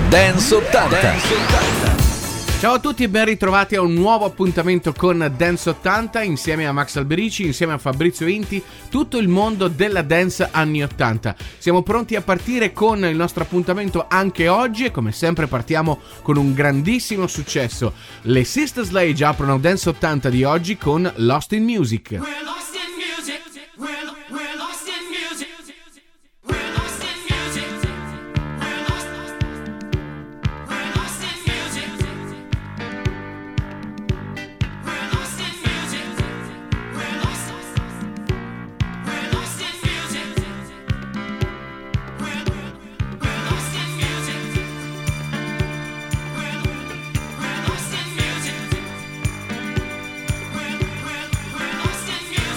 Dance 80. Ciao a tutti e ben ritrovati a un nuovo appuntamento con Dance 80 insieme a Max Alberici, insieme a Fabrizio Inti, tutto il mondo della dance anni 80. Siamo pronti a partire con il nostro appuntamento anche oggi e come sempre partiamo con un grandissimo successo. Le Sister Sledge aprono Dance 80 di oggi con Lost in Music. We're lost in music. We're lost in music. Lost in music.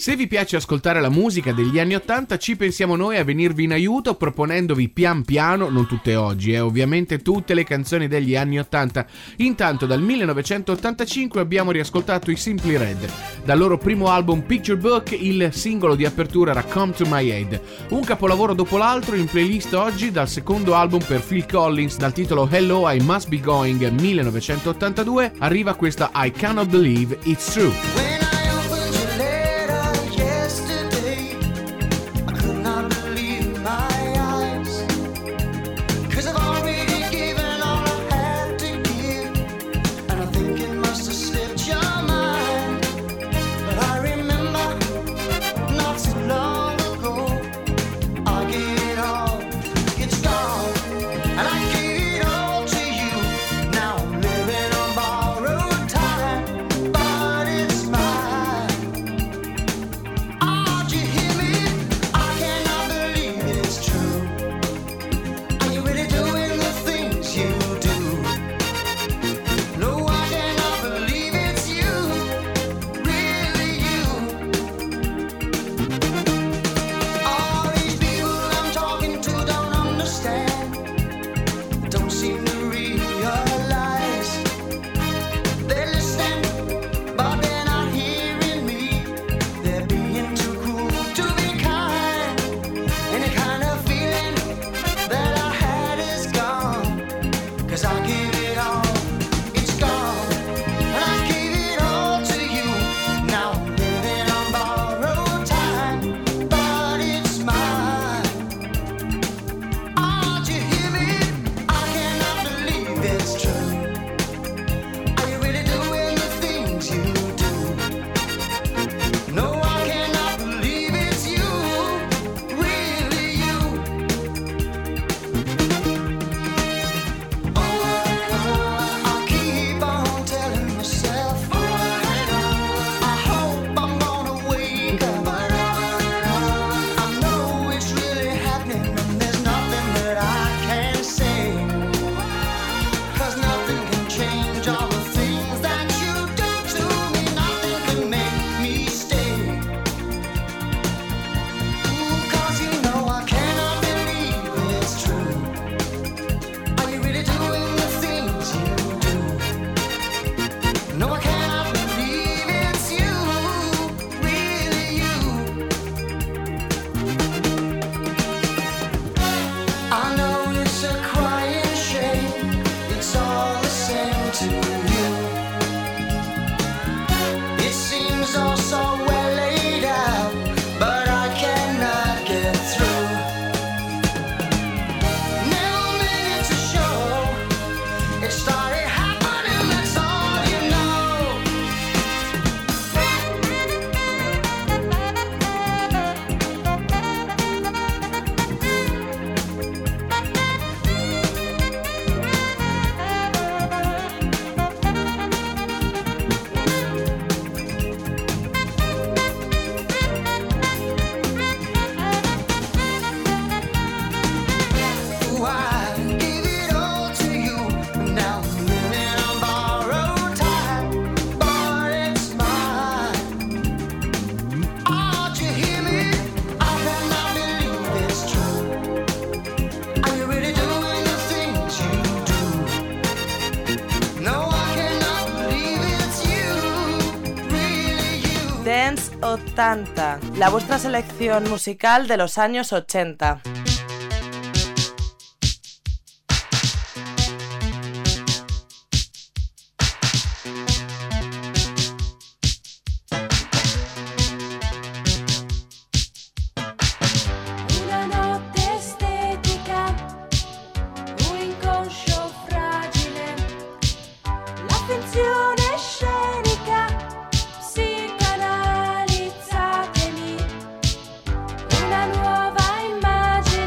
Se vi piace ascoltare la musica degli anni 80, ci pensiamo noi a venirvi in aiuto proponendovi pian piano, non tutte oggi, ovviamente tutte le canzoni degli anni 80. Intanto dal 1985 abbiamo riascoltato i Simply Red. Dal loro primo album Picture Book il singolo di apertura era Come to My Aid. Un capolavoro dopo l'altro in playlist oggi dal secondo album per Phil Collins dal titolo Hello I Must Be Going 1982 arriva questa I Cannot Believe It's True. Dance 80, la vuestra selección musical de los años 80. Una nuova immagine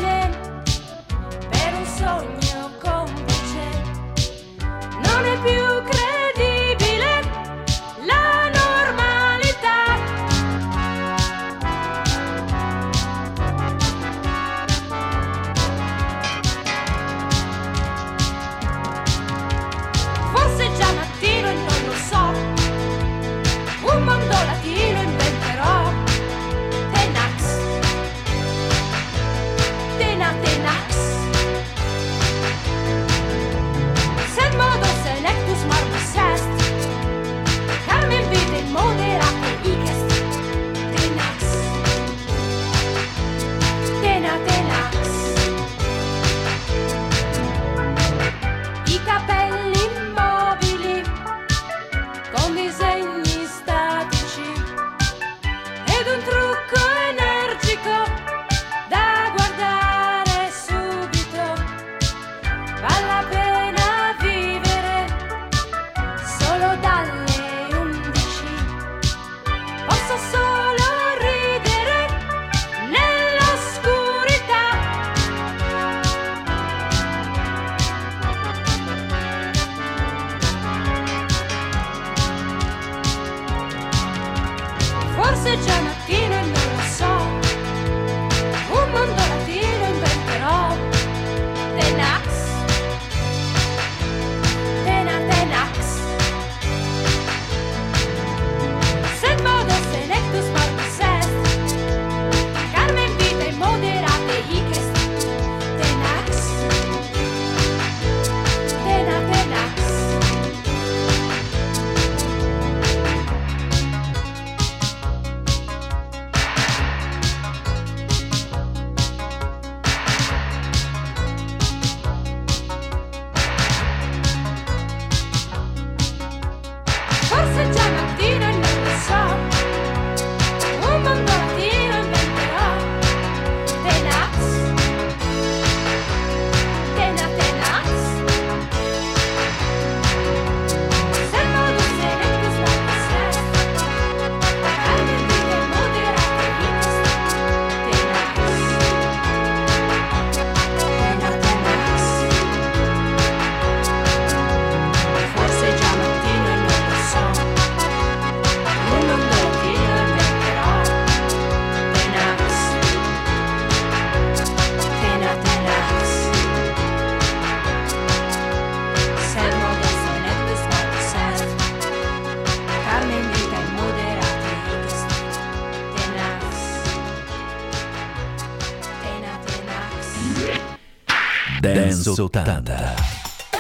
Dance 80.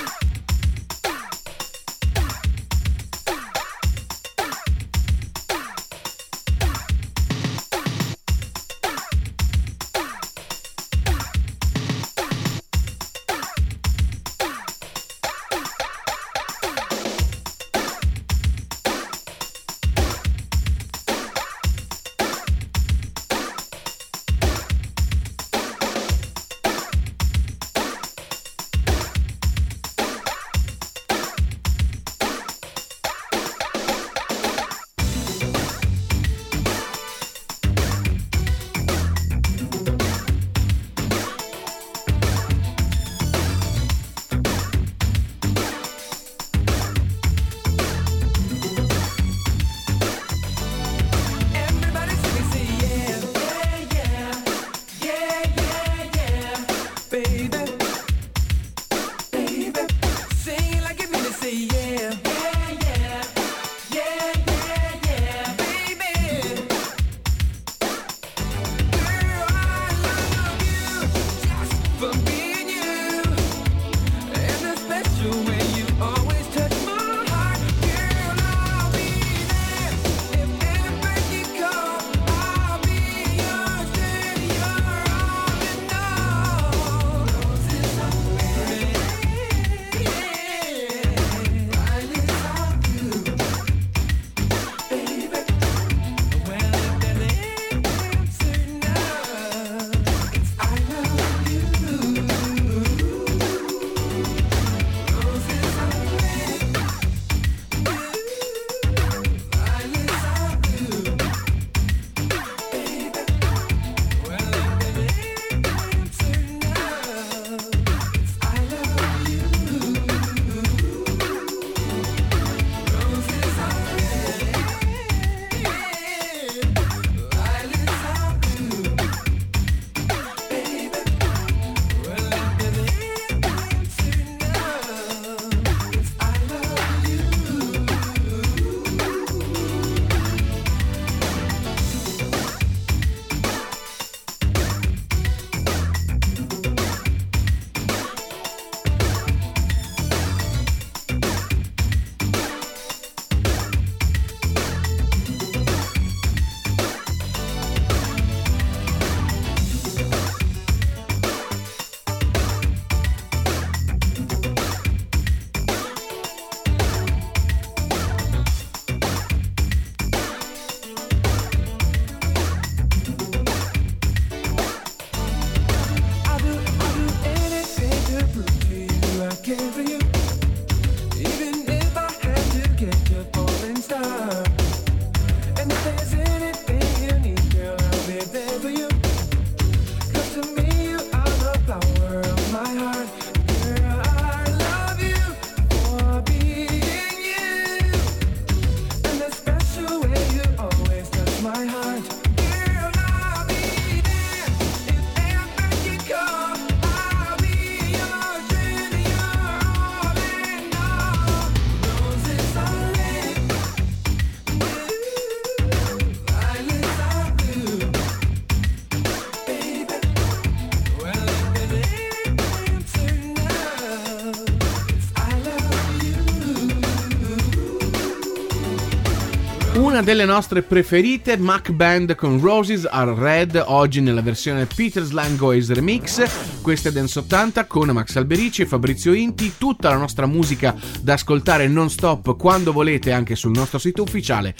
Una delle nostre preferite, Mac Band con Roses Are Red, oggi nella versione Peter Slango's Remix. Questa è Dance 80 con Max Alberici e Fabrizio Inti, tutta la nostra musica da ascoltare non stop quando volete anche sul nostro sito ufficiale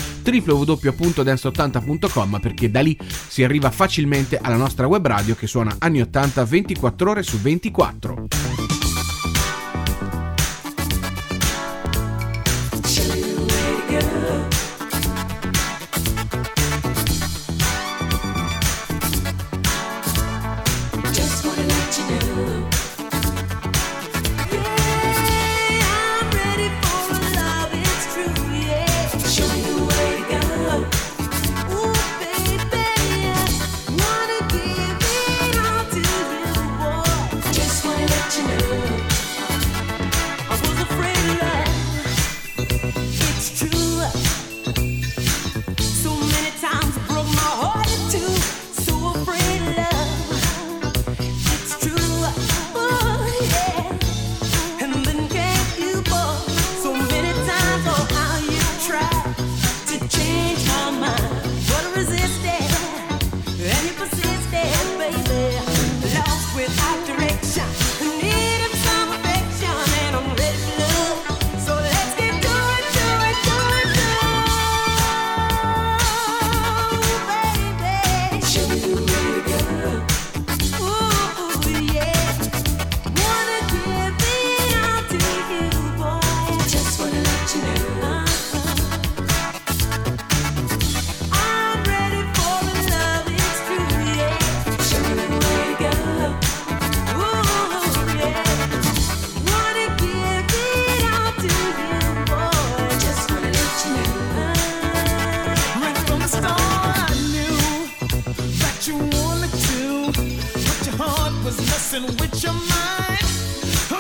www.dance80.com, perché da lì si arriva facilmente alla nostra web radio che suona anni 80 24 ore su 24. Just wanna let you know.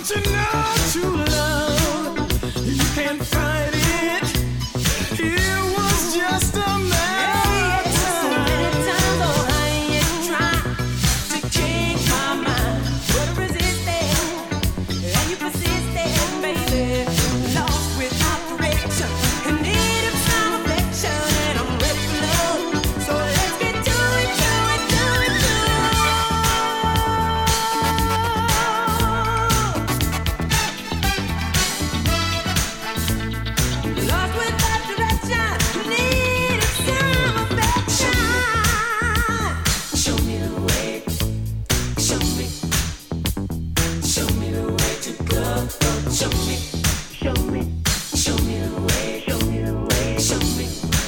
you know true love, you can't fight it. It was just a matter of time. Oh, how you try to change my mind, but resisted, and you persisted, baby. Lost without direction, and needed some affection, and I'm ready for love. So let's get to it, to it, to it, to it. Lost without direction, needed some affection. Show me the way, show me the way to go. Show me the way, show me the way, show me the way, show me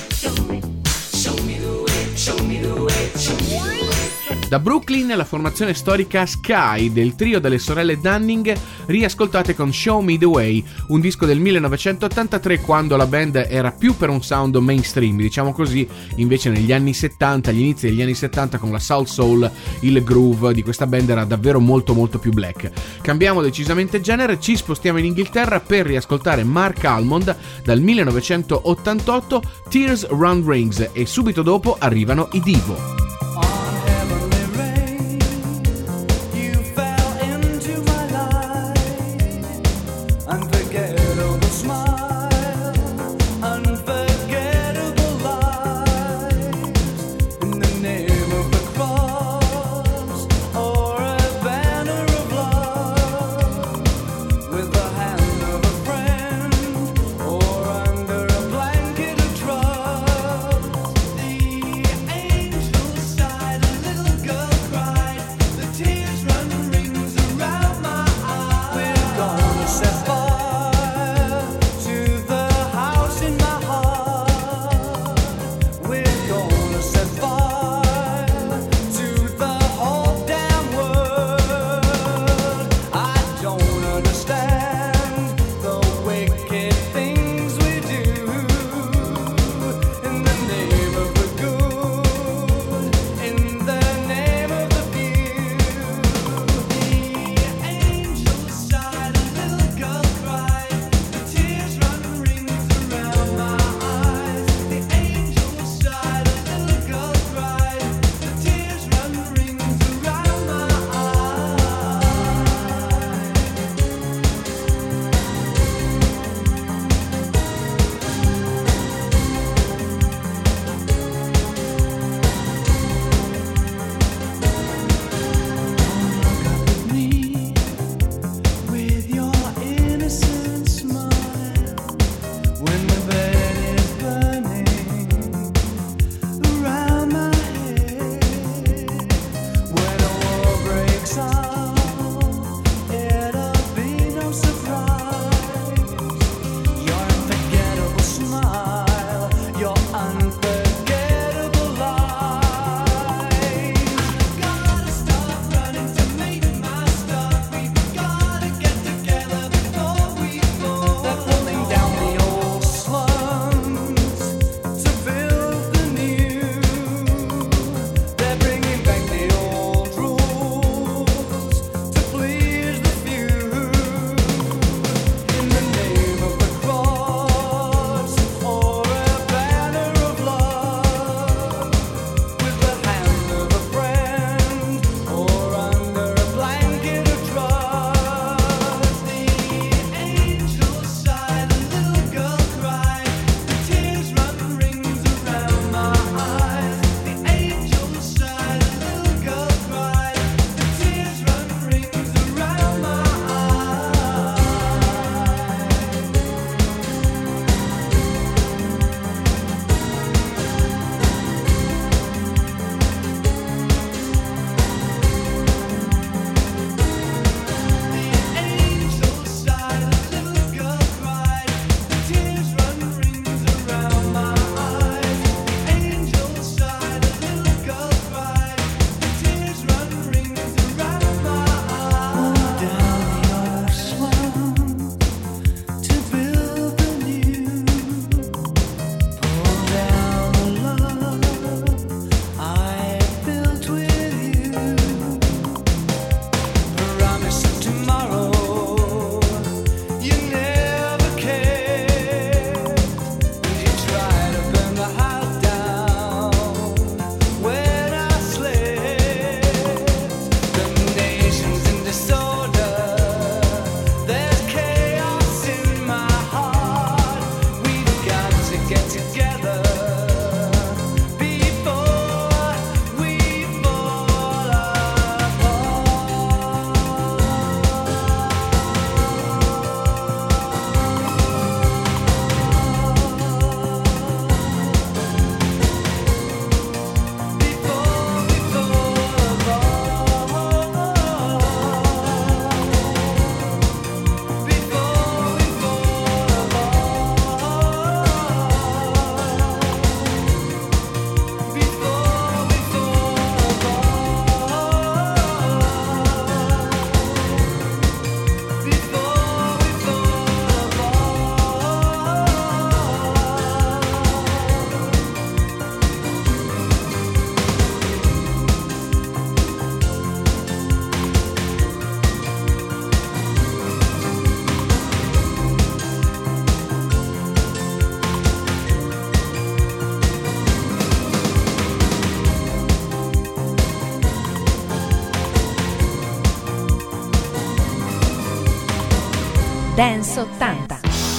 the way. Da Brooklyn, la formazione storica Sky del trio delle sorelle Dunning, riascoltate con Show Me The Way, un disco del 1983 quando la band era più per un sound mainstream, diciamo così. Invece negli anni 70, agli inizi degli anni 70, con la soul, il groove di questa band era davvero molto molto più black. Cambiamo decisamente genere, ci spostiamo in Inghilterra per riascoltare Mark Almond dal 1988, Tears Run Rings, e subito dopo arrivano i Divo. Angels Dance 80.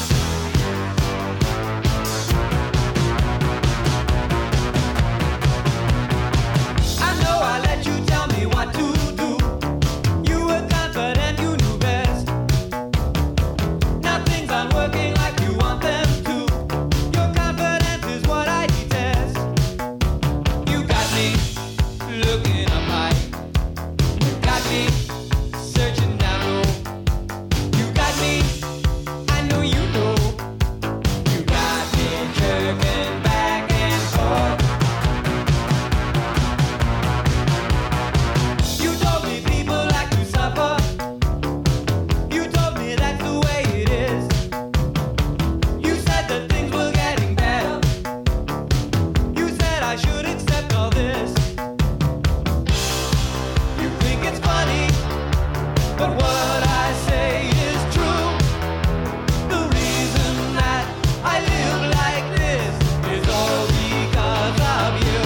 I know I let you tell me what to do. You were confident, you knew best. Now things aren't working like you want them to. Your confidence is what I detest. You got me looking up high. You got me searching down low. You got me, I know you know. You got me jerking back and forth. You told me people like to suffer. You told me that's the way it is. You said that things were getting better. You said I should accept all this. You think it's funny, but what I say is true. The reason that I live like this is all because of you.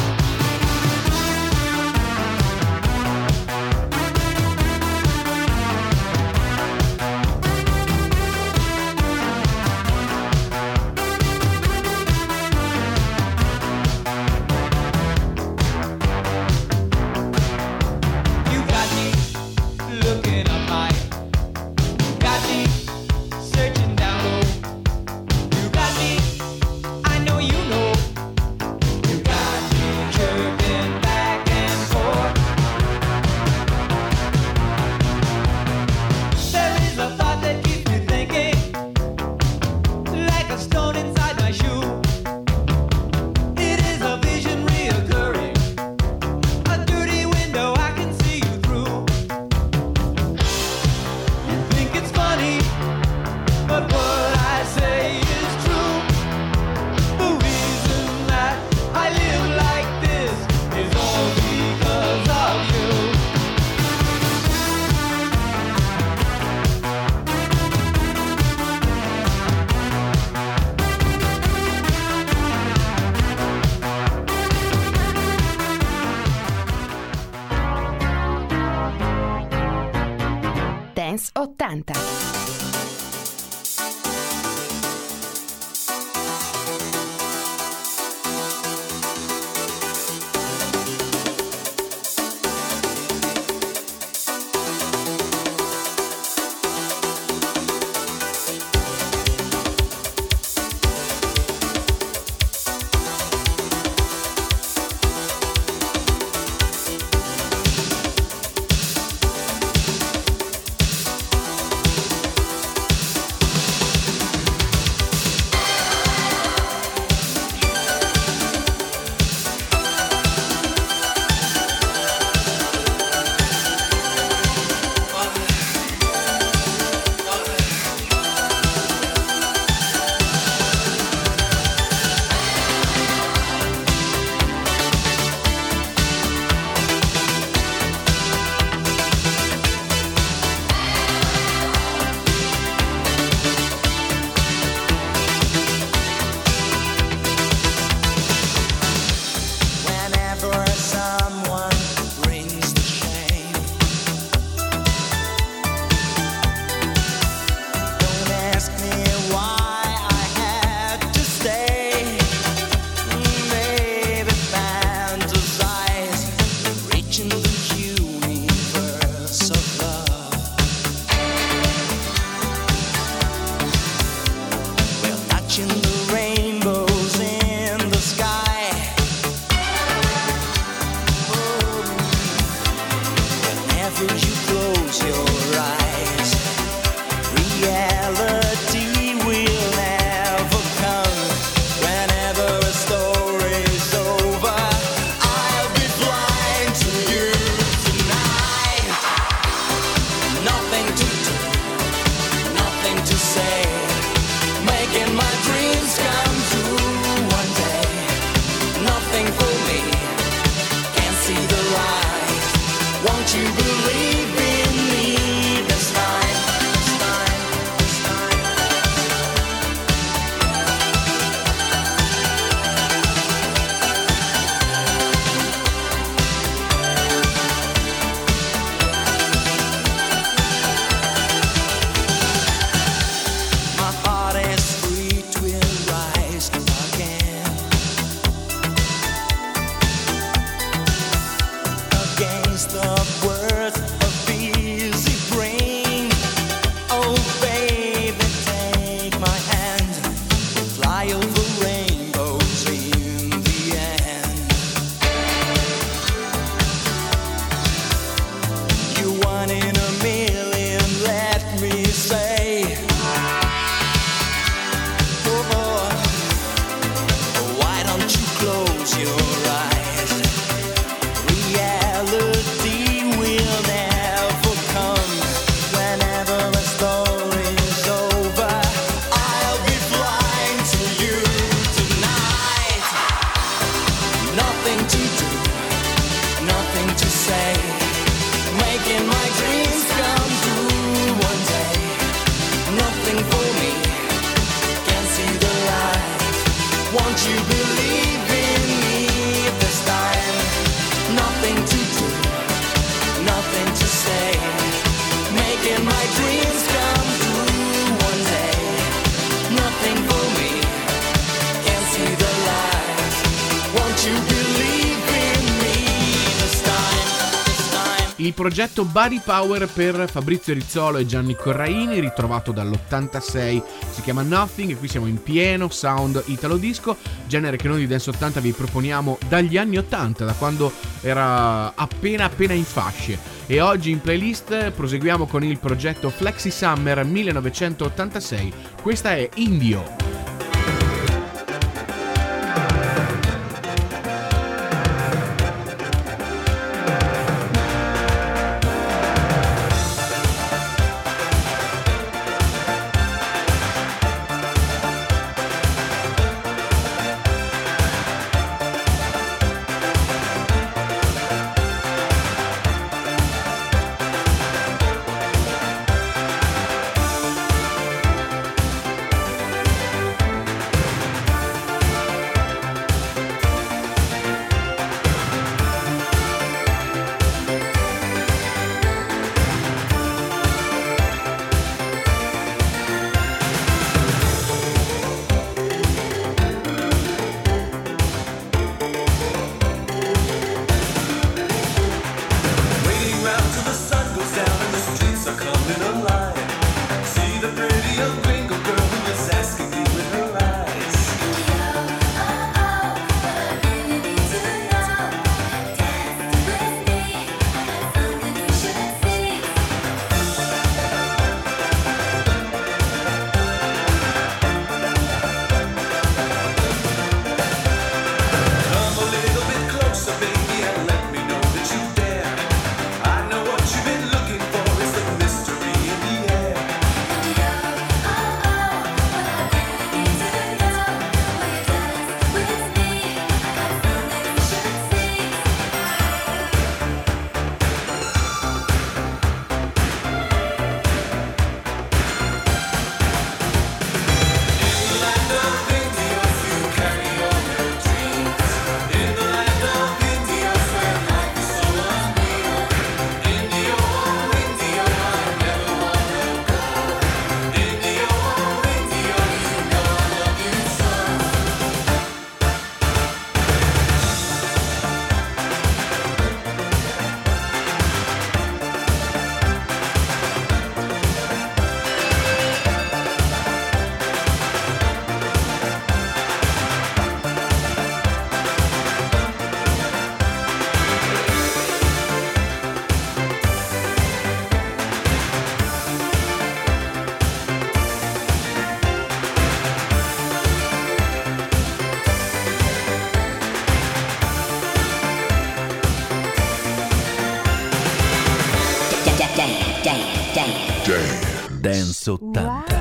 You got me looking up high. You got me searching down low. You got me, I know you know. You got me jerking back and forth. There is a thought that keeps me thinking, like a stone inside my shoe. It is a vision reoccurring, a dirty window I can see you through. You think it's funny, but what I say is true. The reason that I live like this is all because of you. Dance 80. you believe in me this time? Nothing to do, nothing to say, making my dreams come true one day. Nothing for me, can't see the light. Won't you believe in me this time? Il progetto Body Power per Fabrizio Rizzolo e Gianni Corraini, ritrovato dall'86, si chiama Nothing e qui siamo in pieno sound italo disco, genere che noi di Dance 80 vi proponiamo dagli anni 80, da quando era appena in fasce. E oggi in playlist proseguiamo con il progetto Flexi Summer 1986, questa è Indio. Dance 80.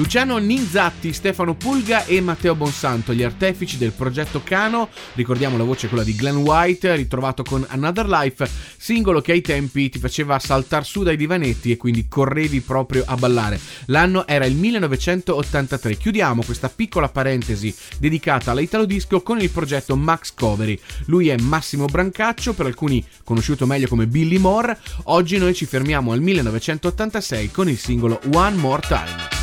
Luciano Ninzatti, Stefano Pulga e Matteo Bonsanto, gli artefici del progetto Cano. Ricordiamo la voce, quella di Glenn White, ritrovato con Another Life, singolo che ai tempi ti faceva saltar su dai divanetti e quindi correvi proprio a ballare. L'anno era il 1983. Chiudiamo questa piccola parentesi dedicata alla Italo Disco con il progetto Max Covery. Lui è Massimo Brancaccio, per alcuni conosciuto meglio come Billy Moore. Oggi noi ci fermiamo al 1986 con il singolo One More Time.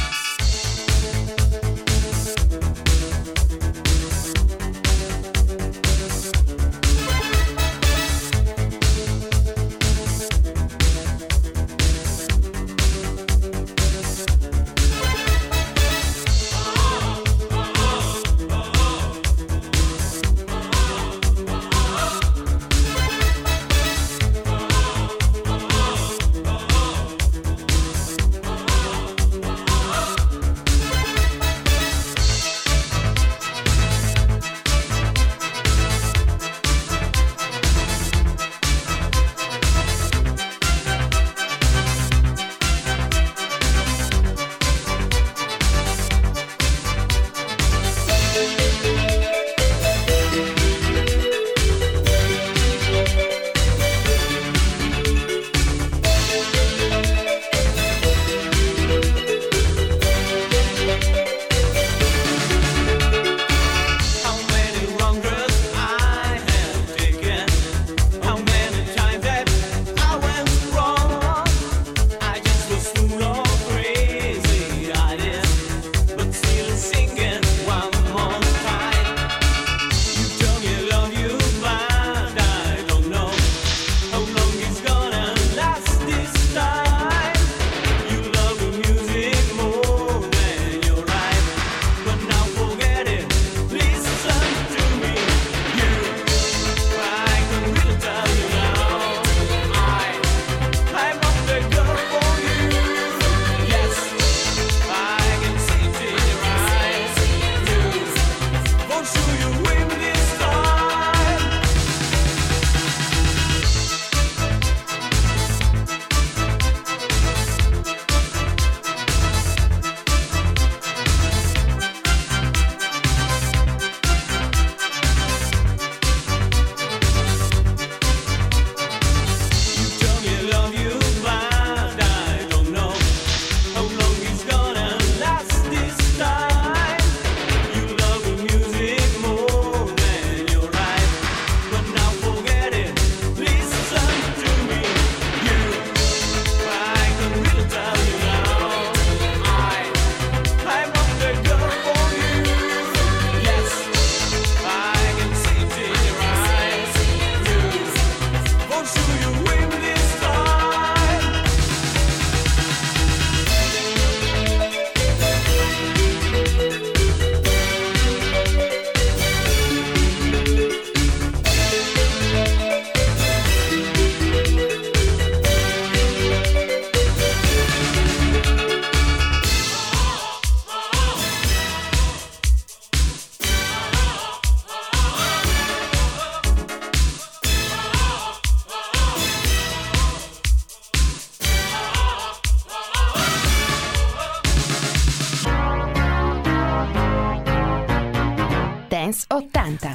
Dance 80.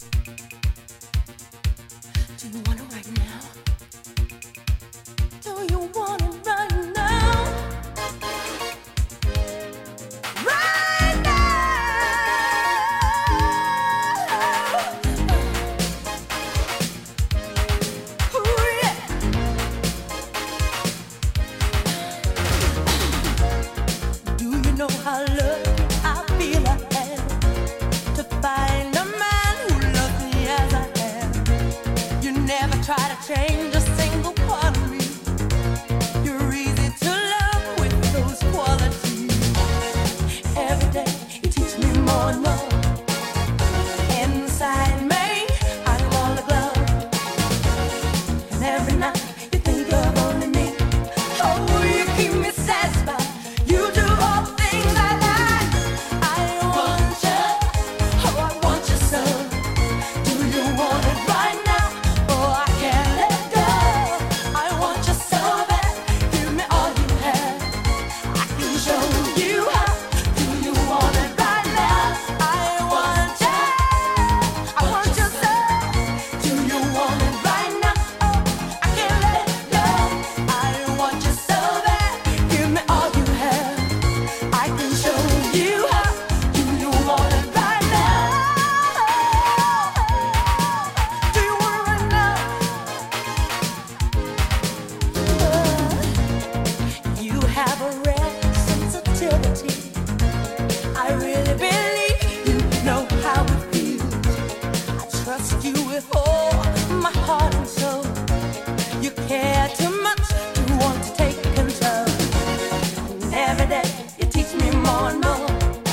Do you want it right now? Do you want it right now? Right now! Ooh, yeah. Do you know how lucky I feel I am to find a man trust you with all my heart and soul. You care too much to want to take control. Every day you teach me more and more.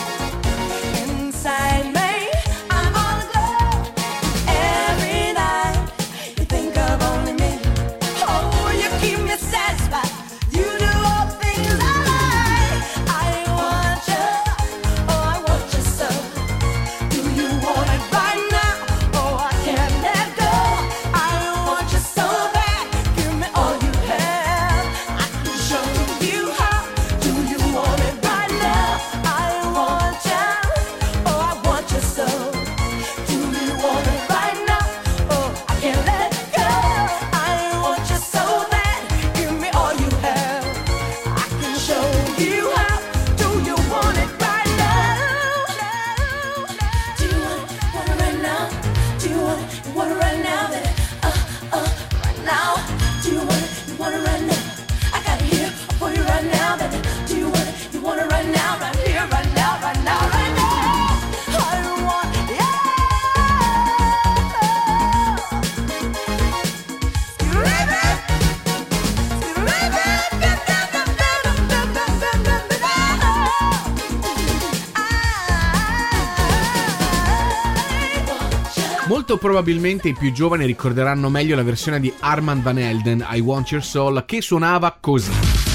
Inside me, I'm all aglow. Every night you think of only me. Oh, you keep me satisfied. You do all the things I like. I want you, oh I want you so. Do you want it right now? Oh I can't let go. I want you so bad. Give me all you have. I can show you how. Do you want it right now? I want you, oh I want you so. Do you want it right now? Oh I can't let go. I want you so bad. Give me all you have. I can show you how. Do you want it right now? Do you want it right now? Do you want it right now? Baby? Right now. Do you want it right now? I got it here for you right now, baby. Do you want it right now? Right here, right now, right now, right now. I want, yeah. Molto probabilmente i più giovani ricorderanno meglio la versione di Armand Van Helden, I Want Your Soul, che suonava così.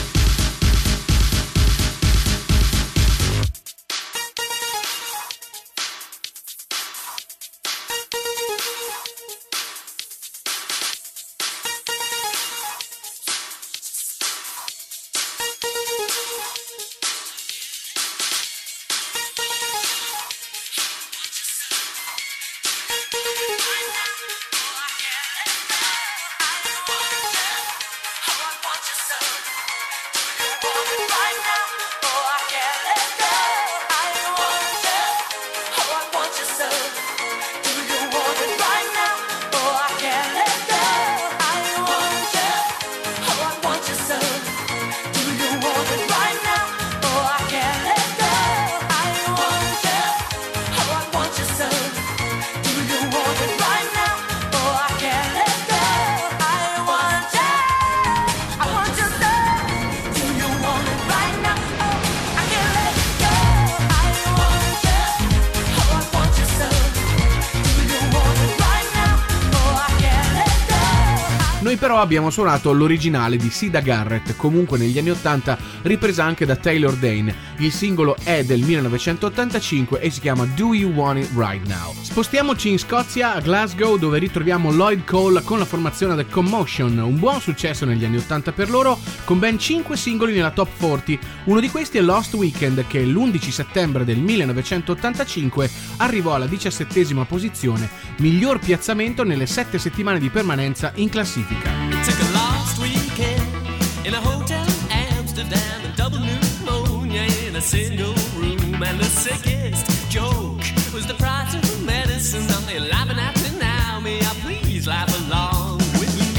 Noi però abbiamo suonato l'originale di Sida Garrett, comunque negli anni 80 ripresa anche da Taylor Dayne. Il singolo è del 1985 e si chiama Do You Want It Right Now. Spostiamoci in Scozia, a Glasgow, dove ritroviamo Lloyd Cole con la formazione The Commotion, un buon successo negli anni 80 per loro, con ben 5 singoli nella top 40. Uno di questi è Lost Weekend, che l'11 settembre del 1985 arrivò alla 17ª posizione, miglior piazzamento nelle 7 settimane di permanenza in classifica. Took a last weekend in a hotel in Amsterdam and double pneumonia in a single room, and the sickest joke was the price of the medicine. Now you're laughing at me now, may I please laugh along with me?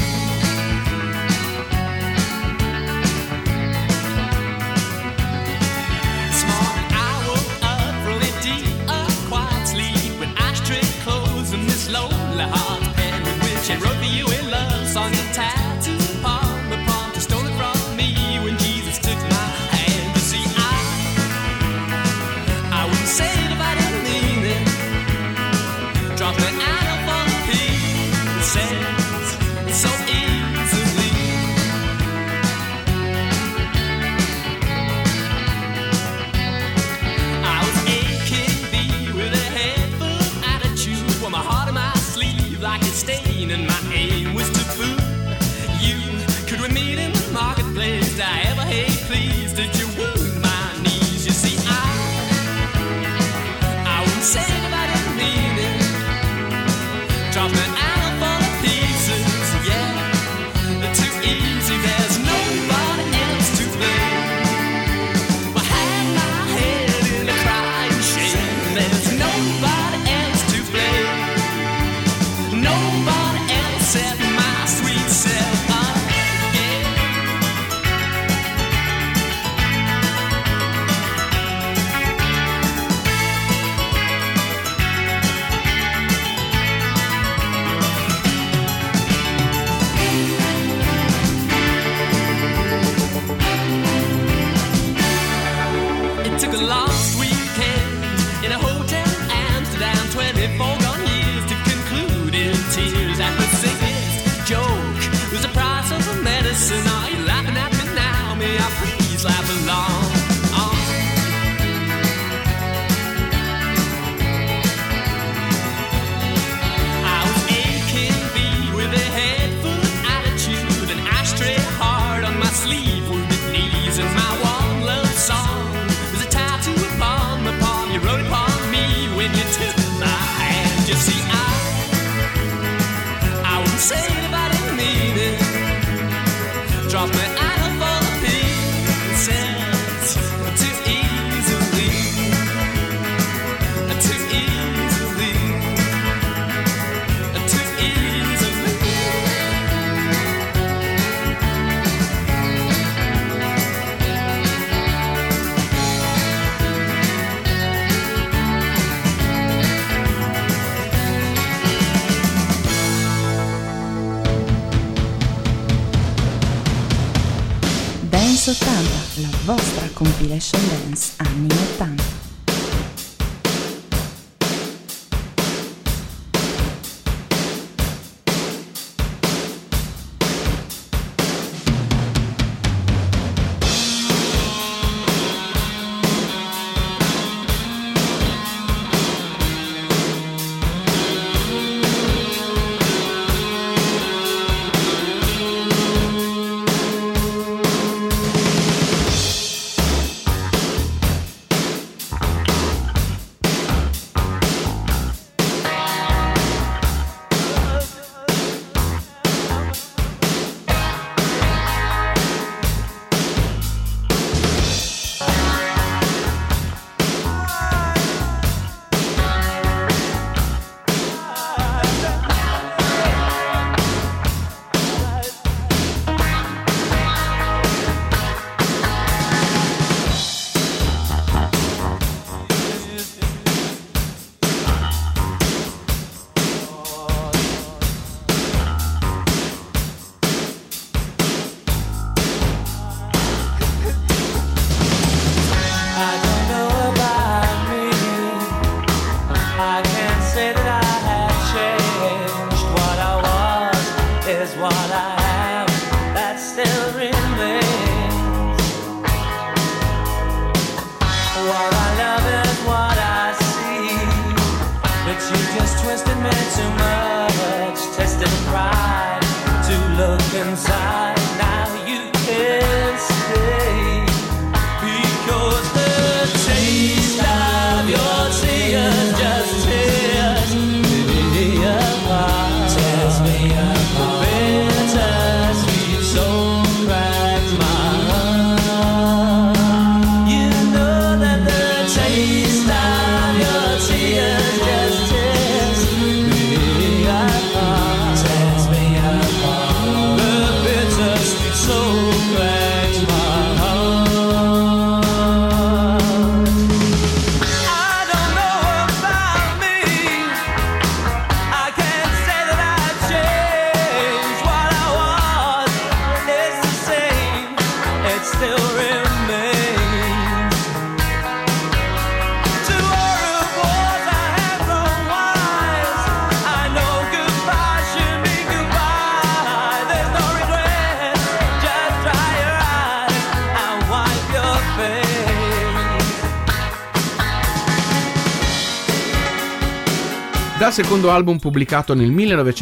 This morning I woke up from a deep, quiet sleep with ashtray clothes and this lonely heart pen with which I wrote for you in love. On your tattoo palm upon to stole it from me when Jesus took my hand. You see, I wouldn't say it if I didn't mean it. Drop me out of the pieces so easily. I was AKB with a head full of attitude, with my heart in my sleeve like a stain, and my aim was to fool you. Could we meet in the marketplace? Did I ever hate, please? Did you wound my knees? You see, I wouldn't say it if I didn't mean it. Drop me out of all the pieces, yeah, too easy. There's nobody else to blame. I had my head in a crying shame. There's nobody else to blame. Nobody else except my sweet self. vostra compilation dance anni 80. Dal secondo album pubblicato nel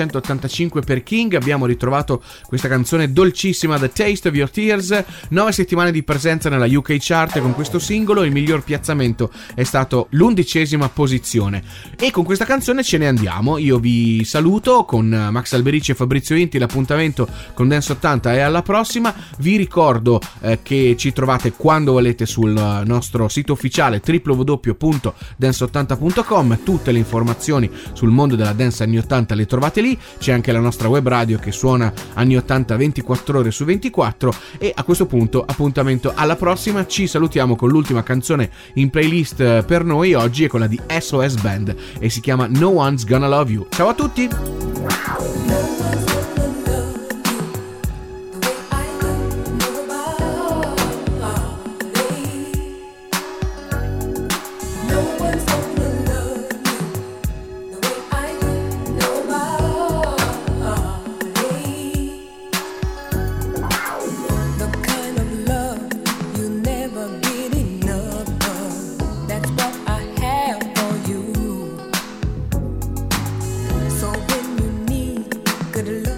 1985 per King abbiamo ritrovato questa canzone dolcissima, The Taste of Your Tears. 9 settimane di presenza nella UK Chart con questo singolo, il miglior piazzamento è stato l'11ª posizione. E con questa canzone ce ne andiamo, io vi saluto con Max Alberici e Fabrizio Inti, l'appuntamento con Dance 80 è alla prossima. Vi ricordo che ci trovate quando volete sul nostro sito ufficiale www.dance80.com, tutte le informazioni sul mondo della dance anni 80 le trovate lì, c'è anche la nostra web radio che suona anni 80 24 ore su 24 e a questo punto appuntamento alla prossima. Ci salutiamo con l'ultima canzone in playlist per noi oggi, è quella di SOS Band e si chiama No One's Gonna Love You. Ciao a tutti! Good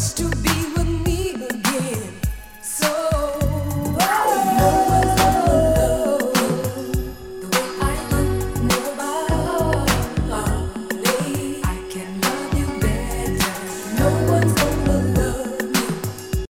to